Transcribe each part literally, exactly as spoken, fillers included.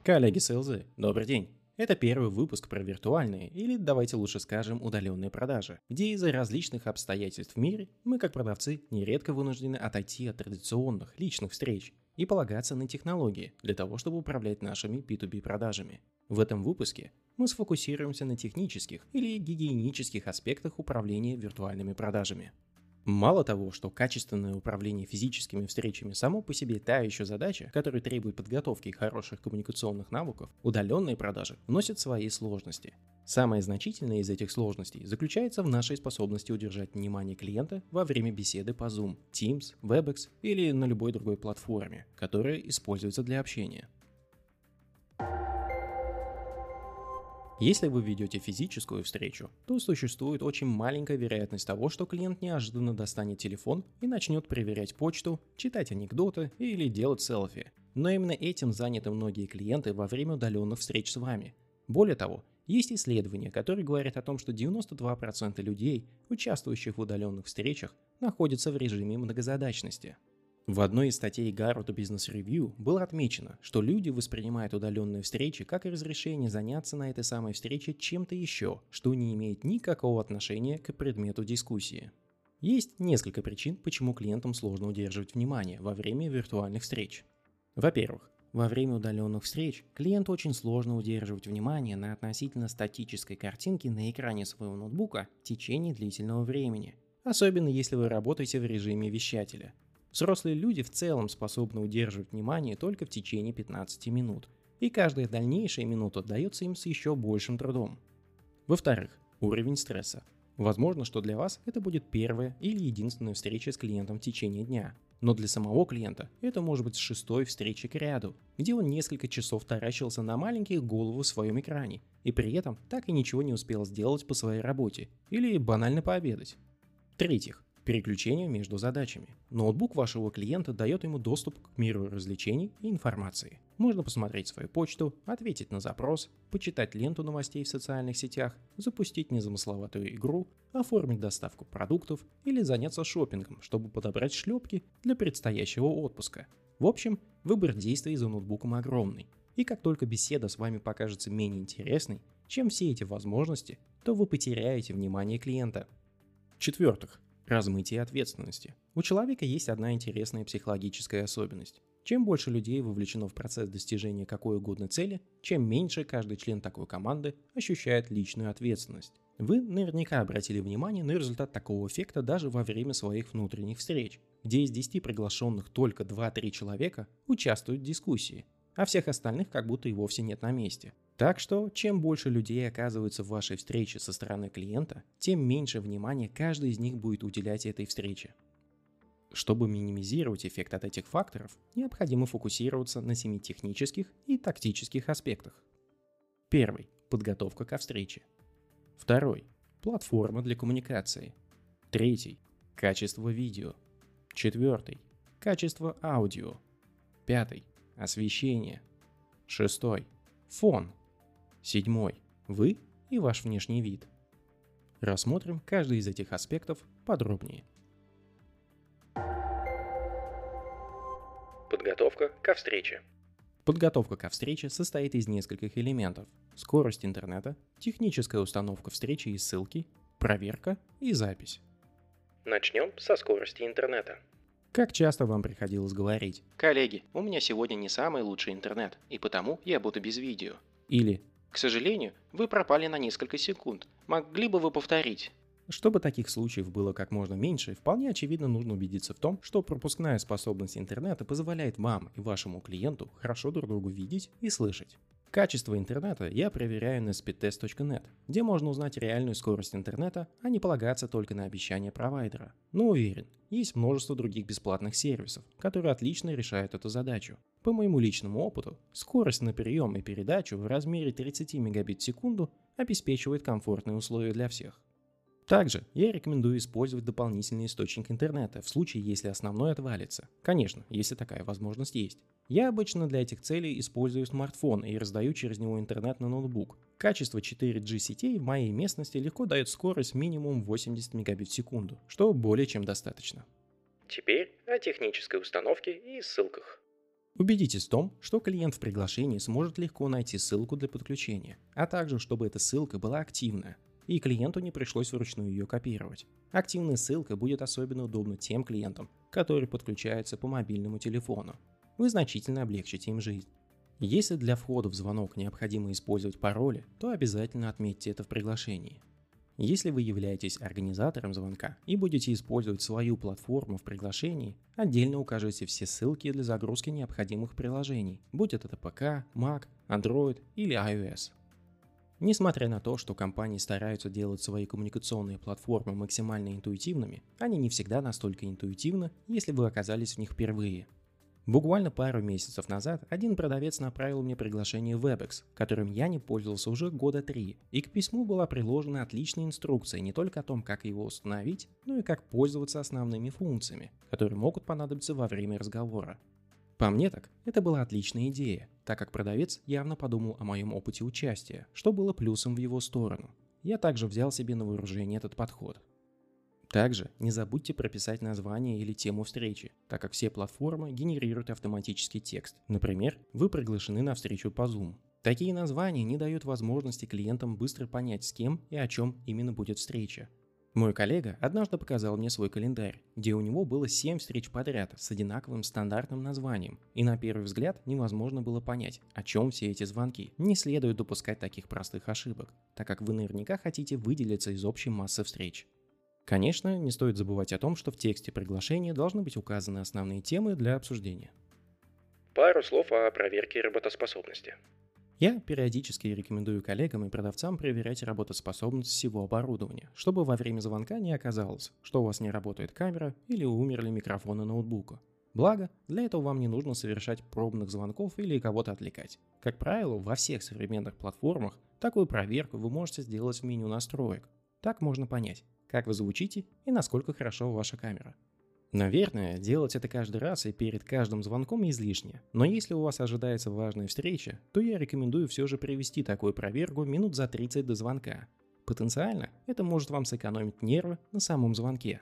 Коллеги с ЛЗ, добрый день. Это первый выпуск про виртуальные, или давайте лучше скажем, удаленные продажи, где из-за различных обстоятельств в мире мы, как продавцы, нередко вынуждены отойти от традиционных личных встреч и полагаться на технологии для того, чтобы управлять нашими би ту би продажами. В этом выпуске мы сфокусируемся на технических или гигиенических аспектах управления виртуальными продажами. Мало того, что качественное управление физическими встречами само по себе та еще задача, которая требует подготовки и хороших коммуникационных навыков, удаленные продажи вносят свои сложности. Самая значительная из этих сложностей заключается в нашей способности удержать внимание клиента во время беседы по Zoom, Teams, Webex или на любой другой платформе, которая используется для общения. Если вы ведете физическую встречу, то существует очень маленькая вероятность того, что клиент неожиданно достанет телефон и начнет проверять почту, читать анекдоты или делать селфи. Но именно этим заняты многие клиенты во время удаленных встреч с вами. Более того, есть исследования, которые говорят о том, что девяносто два процента людей, участвующих в удаленных встречах, находятся в режиме многозадачности. В одной из статей Harvard Business Review было отмечено, что люди воспринимают удаленные встречи как разрешение заняться на этой самой встрече чем-то еще, что не имеет никакого отношения к предмету дискуссии. Есть несколько причин, почему клиентам сложно удерживать внимание во время виртуальных встреч. Во-первых, во время удаленных встреч клиенту очень сложно удерживать внимание на относительно статической картинке на экране своего ноутбука в течение длительного времени, особенно если вы работаете в режиме вещателя. Взрослые люди в целом способны удерживать внимание только в течение пятнадцати минут, и каждая дальнейшая минута дается им с еще большим трудом. Во-вторых, уровень стресса. Возможно, что для вас это будет первая или единственная встреча с клиентом в течение дня, но для самого клиента это может быть шестой встречей к ряду, где он несколько часов таращился на маленькие головы в своем экране, и при этом так и ничего не успел сделать по своей работе или банально пообедать. В-третьих, переключение между задачами. Ноутбук вашего клиента дает ему доступ к миру развлечений и информации. Можно посмотреть свою почту, ответить на запрос, почитать ленту новостей в социальных сетях, запустить незамысловатую игру, оформить доставку продуктов или заняться шопингом, чтобы подобрать шлепки для предстоящего отпуска. В общем, выбор действий за ноутбуком огромный. И как только беседа с вами покажется менее интересной, чем все эти возможности, то вы потеряете внимание клиента. В-четвертых, размытие ответственности. У человека есть одна интересная психологическая особенность. Чем больше людей вовлечено в процесс достижения какой угодно цели, чем меньше каждый член такой команды ощущает личную ответственность. Вы наверняка обратили внимание на результат такого эффекта даже во время своих внутренних встреч, где из десяти приглашенных только два-три человека участвуют в дискуссии, а всех остальных как будто и вовсе нет на месте. Так что, чем больше людей оказывается в вашей встрече со стороны клиента, тем меньше внимания каждый из них будет уделять этой встрече. Чтобы минимизировать эффект от этих факторов, необходимо фокусироваться на семи технических и тактических аспектах. Первый – подготовка ко встрече. Второй – платформа для коммуникации. Третий – качество видео. Четвертый – качество аудио. Пятый – освещение. Шестой – фон. Седьмой – вы и ваш внешний вид. Рассмотрим каждый из этих аспектов подробнее. Подготовка ко встрече. Подготовка ко встрече состоит из нескольких элементов: скорость интернета, техническая установка встречи и ссылки, проверка и запись. Начнем со скорости интернета. Как часто вам приходилось говорить: «Коллеги, у меня сегодня не самый лучший интернет, и потому я буду без видео». Или «К сожалению, вы пропали на несколько секунд. Могли бы вы повторить?» Чтобы таких случаев было как можно меньше, вполне очевидно нужно убедиться в том, что пропускная способность интернета позволяет вам и вашему клиенту хорошо друг друга видеть и слышать. Качество интернета я проверяю на speedtest точка нет, где можно узнать реальную скорость интернета, а не полагаться только на обещания провайдера. Но уверен, есть множество других бесплатных сервисов, которые отлично решают эту задачу. По моему личному опыту, скорость на прием и передачу в размере тридцать мегабит в секунду обеспечивает комфортные условия для всех. Также я рекомендую использовать дополнительный источник интернета в случае, если основной отвалится. Конечно, если такая возможность есть. Я обычно для этих целей использую смартфон и раздаю через него интернет на ноутбук. Качество четыре джи сетей в моей местности легко дает скорость минимум восемьдесят мегабит в секунду, что более чем достаточно. Теперь о технической установке и ссылках. Убедитесь в том, что клиент в приглашении сможет легко найти ссылку для подключения, а также чтобы эта ссылка была активная, и клиенту не пришлось вручную ее копировать. Активная ссылка будет особенно удобна тем клиентам, которые подключаются по мобильному телефону. Вы значительно облегчите им жизнь. Если для входа в звонок необходимо использовать пароли, то обязательно отметьте это в приглашении. Если вы являетесь организатором звонка и будете использовать свою платформу в приглашении, отдельно укажите все ссылки для загрузки необходимых приложений, будь это пэ ка, Mac, Android или ай о эс. Несмотря на то, что компании стараются делать свои коммуникационные платформы максимально интуитивными, они не всегда настолько интуитивны, если вы оказались в них впервые. Буквально пару месяцев назад один продавец направил мне приглашение в Webex, которым я не пользовался уже года три, и к письму была приложена отличная инструкция не только о том, как его установить, но и как пользоваться основными функциями, которые могут понадобиться во время разговора. По мне так, это была отличная идея, так как продавец явно подумал о моем опыте участия, что было плюсом в его сторону. Я также взял себе на вооружение этот подход. Также не забудьте прописать название или тему встречи, так как все платформы генерируют автоматический текст. Например, вы приглашены на встречу по Zoom. Такие названия не дают возможности клиентам быстро понять, с кем и о чем именно будет встреча. Мой коллега однажды показал мне свой календарь, где у него было семь встреч подряд с одинаковым стандартным названием, и на первый взгляд невозможно было понять, о чем все эти звонки. Не следует допускать таких простых ошибок, так как вы наверняка хотите выделиться из общей массы встреч. Конечно, не стоит забывать о том, что в тексте приглашения должны быть указаны основные темы для обсуждения. Пару слов о проверке работоспособности. Я периодически рекомендую коллегам и продавцам проверять работоспособность всего оборудования, чтобы во время звонка не оказалось, что у вас не работает камера или умерли микрофоны ноутбука. Благо, для этого вам не нужно совершать пробных звонков или кого-то отвлекать. Как правило, во всех современных платформах такую проверку вы можете сделать в меню настроек. Так можно понять, как вы звучите и насколько хорошо ваша камера. Наверное, делать это каждый раз и перед каждым звонком излишне, но если у вас ожидается важная встреча, то я рекомендую все же провести такую проверку минут за тридцать до звонка. Потенциально это может вам сэкономить нервы на самом звонке.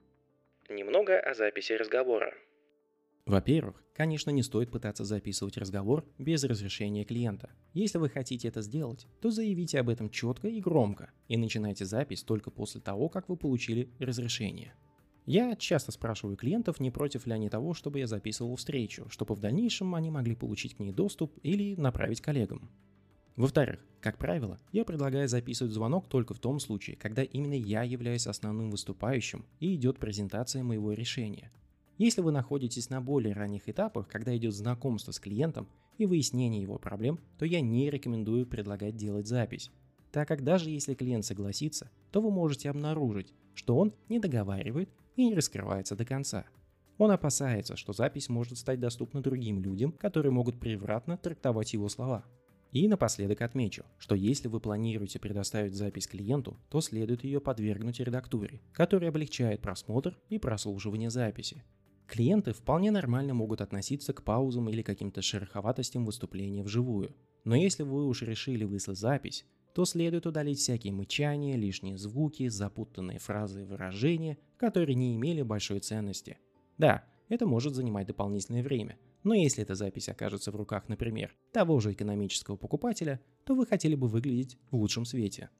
Немного о записи разговора. Во-первых, конечно, не стоит пытаться записывать разговор без разрешения клиента. Если вы хотите это сделать, то заявите об этом четко и громко, и начинайте запись только после того, как вы получили разрешение. Я часто спрашиваю клиентов, не против ли они того, чтобы я записывал встречу, чтобы в дальнейшем они могли получить к ней доступ или направить коллегам. Во-вторых, как правило, я предлагаю записывать звонок только в том случае, когда именно я являюсь основным выступающим и идет презентация моего решения. Если вы находитесь на более ранних этапах, когда идет знакомство с клиентом и выяснение его проблем, то я не рекомендую предлагать делать запись, так как даже если клиент согласится, то вы можете обнаружить, что он не договаривает и не раскрывается до конца. Он опасается, что запись может стать доступна другим людям, которые могут превратно трактовать его слова. И напоследок отмечу, что если вы планируете предоставить запись клиенту, то следует ее подвергнуть редактуре, которая облегчает просмотр и прослушивание записи. Клиенты вполне нормально могут относиться к паузам или каким-то шероховатостям выступления вживую. Но если вы уж решили выслать запись, то следует удалить всякие мычания, лишние звуки, запутанные фразы и выражения, которые не имели большой ценности. Да, это может занимать дополнительное время, но если эта запись окажется в руках, например, того же экономического покупателя, то вы хотели бы выглядеть в лучшем свете.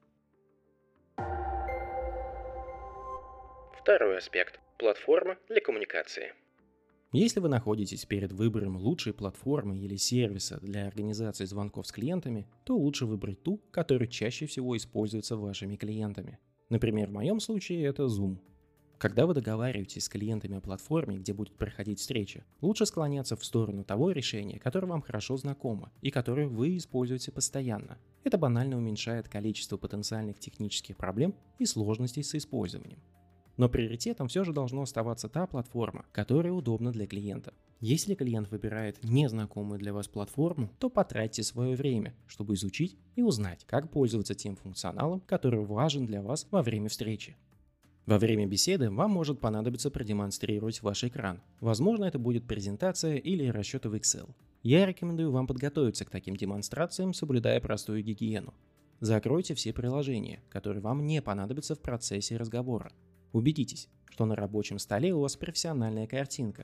Второй аспект. Платформа для коммуникации. Если вы находитесь перед выбором лучшей платформы или сервиса для организации звонков с клиентами, то лучше выбрать ту, которая чаще всего используется вашими клиентами. Например, в моем случае это Zoom. Когда вы договариваетесь с клиентами о платформе, где будет проходить встреча, лучше склоняться в сторону того решения, которое вам хорошо знакомо и которое вы используете постоянно. Это банально уменьшает количество потенциальных технических проблем и сложностей с использованием. Но приоритетом все же должна оставаться та платформа, которая удобна для клиента. Если клиент выбирает незнакомую для вас платформу, то потратьте свое время, чтобы изучить и узнать, как пользоваться тем функционалом, который важен для вас во время встречи. Во время беседы вам может понадобиться продемонстрировать ваш экран. Возможно, это будет презентация или расчеты в Excel. Я рекомендую вам подготовиться к таким демонстрациям, соблюдая простую гигиену. Закройте все приложения, которые вам не понадобятся в процессе разговора. Убедитесь, что на рабочем столе у вас профессиональная картинка.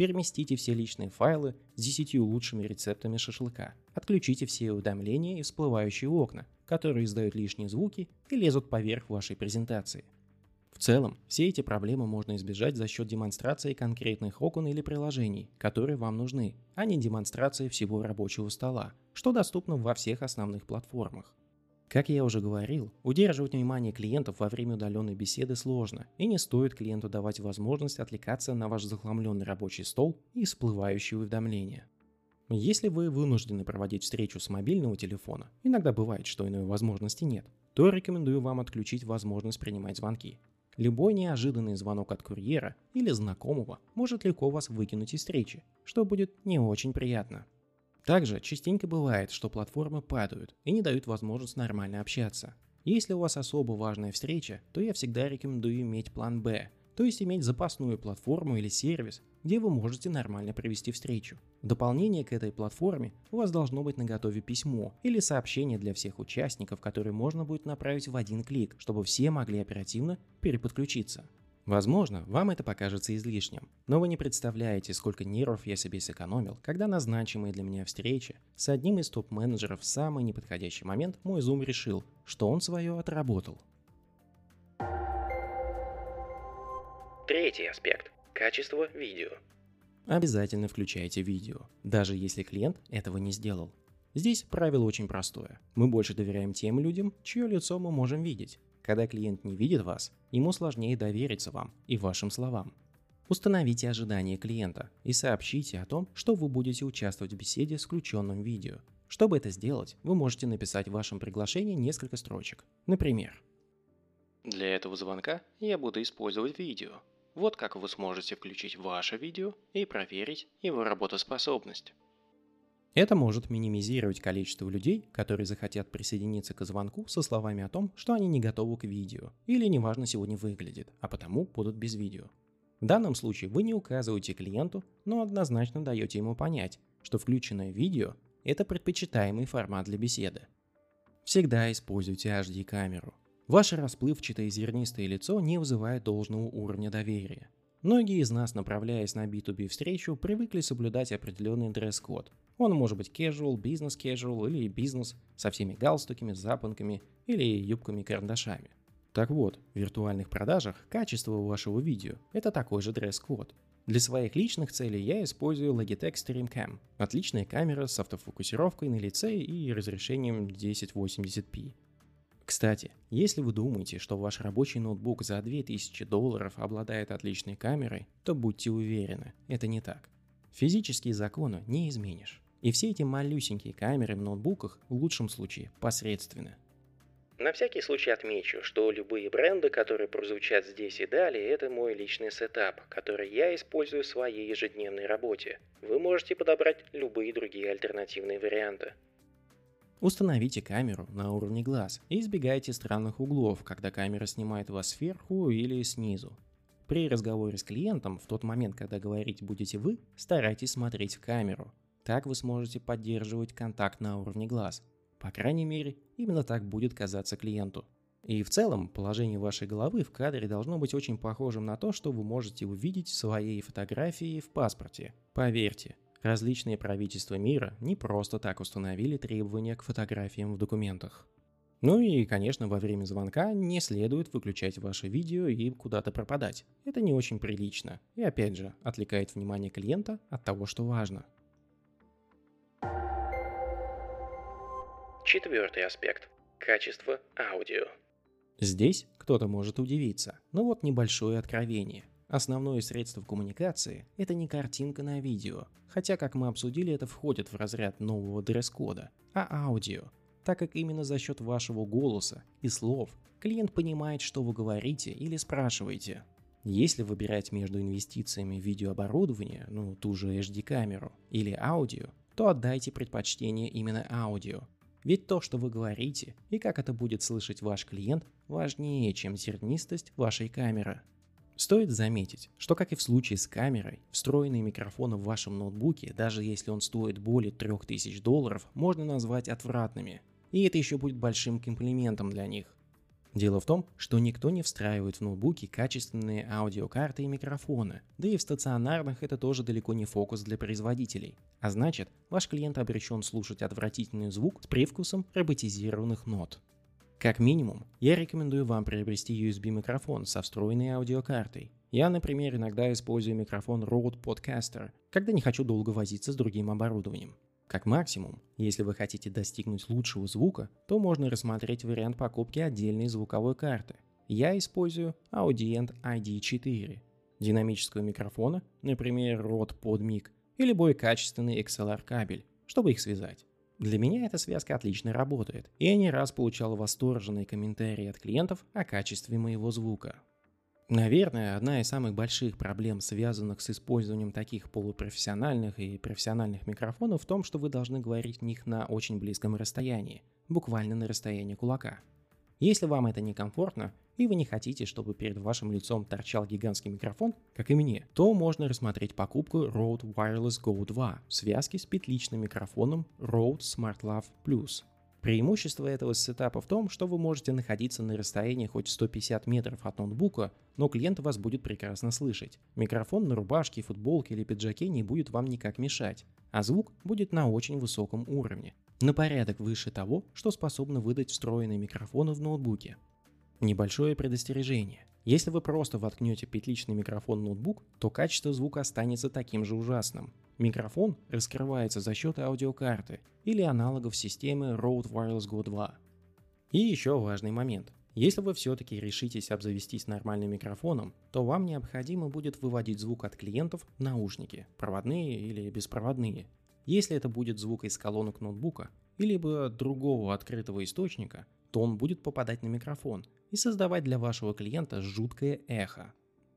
Переместите все личные файлы с десятью лучшими рецептами шашлыка. Отключите все уведомления и всплывающие окна, которые издают лишние звуки и лезут поверх вашей презентации. В целом, все эти проблемы можно избежать за счет демонстрации конкретных окон или приложений, которые вам нужны, а не демонстрации всего рабочего стола, что доступно во всех основных платформах. Как я уже говорил, удерживать внимание клиентов во время удаленной беседы сложно, и не стоит клиенту давать возможность отвлекаться на ваш захламленный рабочий стол и всплывающие уведомления. Если вы вынуждены проводить встречу с мобильного телефона, иногда бывает, что иной возможности нет, то рекомендую вам отключить возможность принимать звонки. Любой неожиданный звонок от курьера или знакомого может легко вас выкинуть из встречи, что будет не очень приятно. Также частенько бывает, что платформы падают и не дают возможность нормально общаться. Если у вас особо важная встреча, то я всегда рекомендую иметь план Б, то есть иметь запасную платформу или сервис, где вы можете нормально провести встречу. В дополнение к этой платформе у вас должно быть наготове письмо или сообщение для всех участников, которые можно будет направить в один клик, чтобы все могли оперативно переподключиться. Возможно, вам это покажется излишним, но вы не представляете, сколько нервов я себе сэкономил, когда назначимая для меня встреча с одним из топ-менеджеров в самый неподходящий момент мой Zoom решил, что он свое отработал. Третий аспект – качество видео. Обязательно включайте видео, даже если клиент этого не сделал. Здесь правило очень простое. Мы больше доверяем тем людям, чье лицо мы можем видеть. Когда клиент не видит вас, ему сложнее довериться вам и вашим словам. Установите ожидания клиента и сообщите о том, что вы будете участвовать в беседе с включенным видео. Чтобы это сделать, вы можете написать в вашем приглашении несколько строчек. Например: Для этого звонка я буду использовать видео. Вот как вы сможете включить ваше видео и проверить его работоспособность. Это может минимизировать количество людей, которые захотят присоединиться к звонку со словами о том, что они не готовы к видео или неважно сегодня выглядит, а потому будут без видео. В данном случае вы не указываете клиенту, но однозначно даете ему понять, что включенное видео – это предпочитаемый формат для беседы. Всегда используйте эйч ди-камеру. Ваше расплывчатое и зернистое лицо не вызывает должного уровня доверия. Многие из нас, направляясь на би ту би встречу, привыкли соблюдать определенный дресс-код. Он может быть casual, business casual или бизнес со всеми галстуками, запонками или юбками-карандашами. Так вот, в виртуальных продажах качество вашего видео – это такой же дресс-код. Для своих личных целей я использую Logitech StreamCam. Отличная камера с автофокусировкой на лице и разрешением тысяча восемьдесят пи. Кстати, если вы думаете, что ваш рабочий ноутбук за две тысячи долларов обладает отличной камерой, то будьте уверены, это не так. Физические законы не изменишь. И все эти малюсенькие камеры в ноутбуках в лучшем случае посредственны. На всякий случай отмечу, что любые бренды, которые прозвучат здесь и далее, это мой личный сетап, который я использую в своей ежедневной работе. Вы можете подобрать любые другие альтернативные варианты. Установите камеру на уровне глаз и избегайте странных углов, когда камера снимает вас сверху или снизу. При разговоре с клиентом, в тот момент, когда говорить будете вы, старайтесь смотреть в камеру. Так вы сможете поддерживать контакт на уровне глаз. По крайней мере, именно так будет казаться клиенту. И в целом, положение вашей головы в кадре должно быть очень похожим на то, что вы можете увидеть в своей фотографии в паспорте. Поверьте, различные правительства мира не просто так установили требования к фотографиям в документах. Ну и, конечно, во время звонка не следует выключать ваше видео и куда-то пропадать. Это не очень прилично и, опять же, отвлекает внимание клиента от того, что важно. Четвертый аспект – качество аудио. Здесь кто-то может удивиться, но вот небольшое откровение. Основное средство коммуникации – это не картинка на видео, хотя, как мы обсудили, это входит в разряд нового дресс-кода, а аудио, так как именно за счет вашего голоса и слов клиент понимает, что вы говорите или спрашиваете. Если выбирать между инвестициями в видеооборудование, ну ту же эйч ди-камеру, или аудио, то отдайте предпочтение именно аудио. Ведь то, что вы говорите, и как это будет слышать ваш клиент, важнее, чем зернистость вашей камеры. Стоит заметить, что, как и в случае с камерой, встроенные микрофоны в вашем ноутбуке, даже если он стоит более трёх тысяч долларов, можно назвать отвратными. И это еще будет большим комплиментом для них. Дело в том, что никто не встраивает в ноутбуки качественные аудиокарты и микрофоны, да и в стационарных это тоже далеко не фокус для производителей. А значит, ваш клиент обречен слушать отвратительный звук с привкусом роботизированных нот. Как минимум, я рекомендую вам приобрести ю эс би-микрофон со встроенной аудиокартой. Я, например, иногда использую микрофон Rode Podcaster, когда не хочу долго возиться с другим оборудованием. Как максимум, если вы хотите достигнуть лучшего звука, то можно рассмотреть вариант покупки отдельной звуковой карты. Я использую Audient ай ди четыре, динамического микрофона, например, Rode PodMic, и любой качественный икс эл ар кабель, чтобы их связать. Для меня эта связка отлично работает, и я не раз получал восторженные комментарии от клиентов о качестве моего звука. Наверное, одна из самых больших проблем, связанных с использованием таких полупрофессиональных и профессиональных микрофонов, в том, что вы должны говорить в них на очень близком расстоянии, буквально на расстоянии кулака. Если вам это некомфортно, и вы не хотите, чтобы перед вашим лицом торчал гигантский микрофон, как и мне, то можно рассмотреть покупку Rode Wireless Go два в связке с петличным микрофоном Rode SmartLav Plus. Преимущество этого сетапа в том, что вы можете находиться на расстоянии хоть сто пятьдесят метров от ноутбука, но клиент вас будет прекрасно слышать. Микрофон на рубашке, футболке или пиджаке не будет вам никак мешать, а звук будет на очень высоком уровне, на порядок выше того, что способны выдать встроенные микрофоны в ноутбуке. Небольшое предостережение. Если вы просто воткнете петличный микрофон в ноутбук, то качество звука останется таким же ужасным. Микрофон раскрывается за счет аудиокарты или аналогов системы Rode Wireless Go два. И еще важный момент. Если вы все-таки решитесь обзавестись нормальным микрофоном, то вам необходимо будет выводить звук от клиентов в наушники, проводные или беспроводные. Если это будет звук из колонок ноутбука или другого открытого источника, то он будет попадать на микрофон и создавать для вашего клиента жуткое эхо.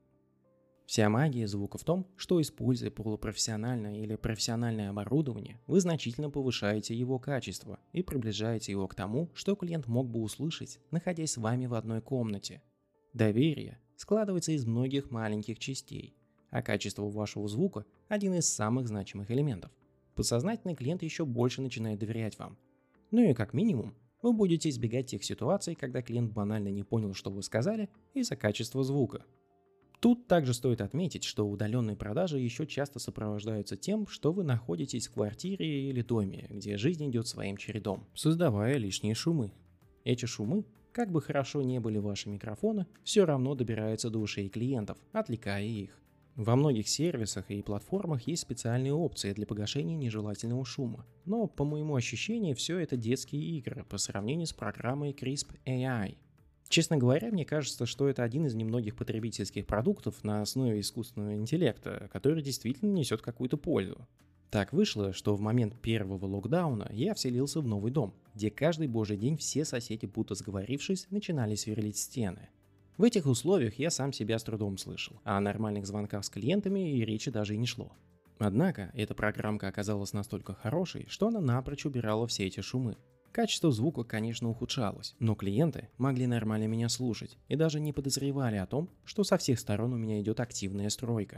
Вся магия звука в том, что, используя полупрофессиональное или профессиональное оборудование, вы значительно повышаете его качество и приближаете его к тому, что клиент мог бы услышать, находясь с вами в одной комнате. Доверие складывается из многих маленьких частей, а качество вашего звука – один из самых значимых элементов. Подсознательный клиент еще больше начинает доверять вам. Ну и как минимум, вы будете избегать тех ситуаций, когда клиент банально не понял, что вы сказали, из-за качества звука. Тут также стоит отметить, что удаленные продажи еще часто сопровождаются тем, что вы находитесь в квартире или доме, где жизнь идет своим чередом, создавая лишние шумы. Эти шумы, как бы хорошо не были ваши микрофоны, все равно добираются до ушей клиентов, отвлекая их. Во многих сервисах и платформах есть специальные опции для погашения нежелательного шума, но по моему ощущению все это детские игры по сравнению с программой Krisp эй ай. Честно говоря, мне кажется, что это один из немногих потребительских продуктов на основе искусственного интеллекта, который действительно несет какую-то пользу. Так вышло, что в момент первого локдауна я вселился в новый дом, где каждый божий день все соседи, будто сговорившись, начинали сверлить стены. В этих условиях я сам себя с трудом слышал, а о нормальных звонках с клиентами и речи даже и не шло. Однако, эта программка оказалась настолько хорошей, что она напрочь убирала все эти шумы. Качество звука, конечно, ухудшалось, но клиенты могли нормально меня слушать и даже не подозревали о том, что со всех сторон у меня идет активная стройка.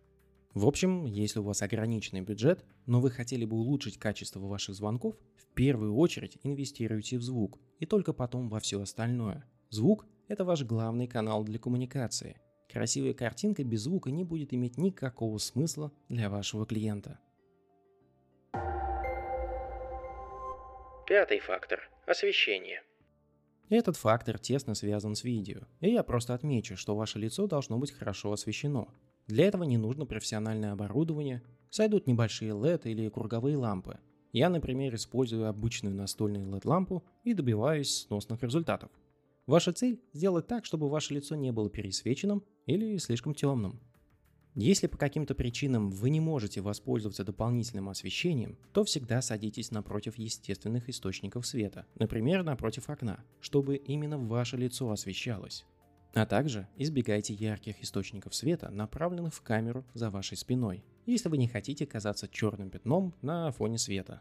В общем, если у вас ограниченный бюджет, но вы хотели бы улучшить качество ваших звонков, в первую очередь инвестируйте в звук и только потом во все остальное. Звук – это ваш главный канал для коммуникации. Красивая картинка без звука не будет иметь никакого смысла для вашего клиента. Пятый фактор – освещение. Этот фактор тесно связан с видео, и я просто отмечу, что ваше лицо должно быть хорошо освещено. Для этого не нужно профессиональное оборудование, сойдут небольшие эл и ди или круговые лампы. Я, например, использую обычную настольную эл и ди-лампу и добиваюсь сносных результатов. Ваша цель – сделать так, чтобы ваше лицо не было пересвеченным или слишком темным. Если по каким-то причинам вы не можете воспользоваться дополнительным освещением, то всегда садитесь напротив естественных источников света, например, напротив окна, чтобы именно ваше лицо освещалось. А также избегайте ярких источников света, направленных в камеру за вашей спиной, если вы не хотите казаться черным пятном на фоне света.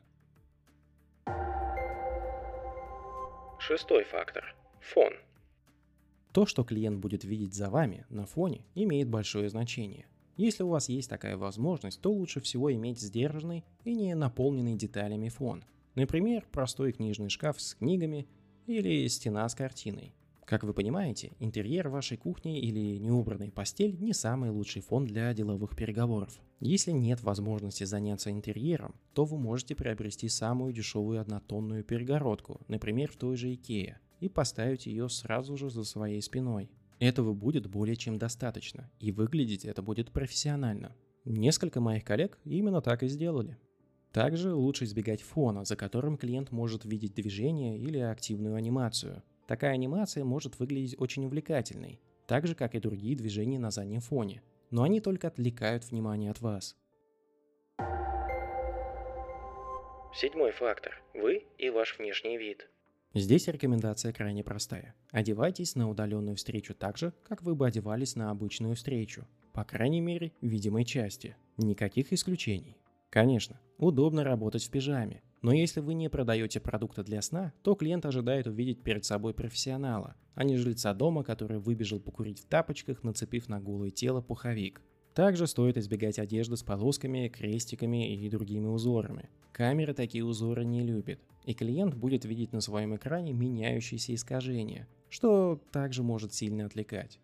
Шестой фактор – фон. То, что клиент будет видеть за вами на фоне, имеет большое значение. Если у вас есть такая возможность, то лучше всего иметь сдержанный и не наполненный деталями фон. Например, простой книжный шкаф с книгами или стена с картиной. Как вы понимаете, интерьер вашей кухни или неубранная постель не самый лучший фон для деловых переговоров. Если нет возможности заняться интерьером, то вы можете приобрести самую дешевую однотонную перегородку, например, в той же Икее, и поставить ее сразу же за своей спиной. Этого будет более чем достаточно, и выглядеть это будет профессионально. Несколько моих коллег именно так и сделали. Также лучше избегать фона, за которым клиент может видеть движение или активную анимацию. Такая анимация может выглядеть очень увлекательной, так же, как и другие движения на заднем фоне, но они только отвлекают внимание от вас. Седьмой фактор. Вы и ваш внешний вид. Здесь рекомендация крайне простая. Одевайтесь на удаленную встречу так же, как вы бы одевались на обычную встречу. По крайней мере, в видимой части. Никаких исключений. Конечно, удобно работать в пижаме, но если вы не продаете продукты для сна, то клиент ожидает увидеть перед собой профессионала, а не жильца дома, который выбежал покурить в тапочках, нацепив на голое тело пуховик. Также стоит избегать одежды с полосками, крестиками и другими узорами. Камера такие узоры не любит, и клиент будет видеть на своем экране меняющиеся искажения, что также может сильно отвлекать.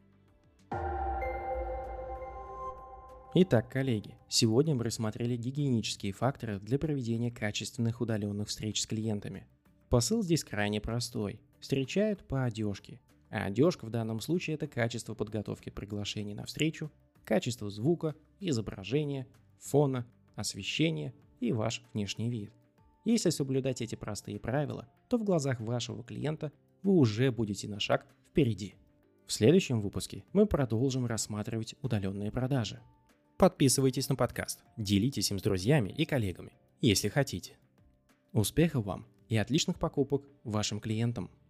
Итак, коллеги, сегодня мы рассмотрели гигиенические факторы для проведения качественных удаленных встреч с клиентами. Посыл здесь крайне простой. Встречают по одежке. А одежка в данном случае это качество подготовки приглашений на встречу, качество звука, изображения, фона, освещения и ваш внешний вид. Если соблюдать эти простые правила, то в глазах вашего клиента вы уже будете на шаг впереди. В следующем выпуске мы продолжим рассматривать удаленные продажи. Подписывайтесь на подкаст, делитесь им с друзьями и коллегами, если хотите. Успехов вам и отличных покупок вашим клиентам!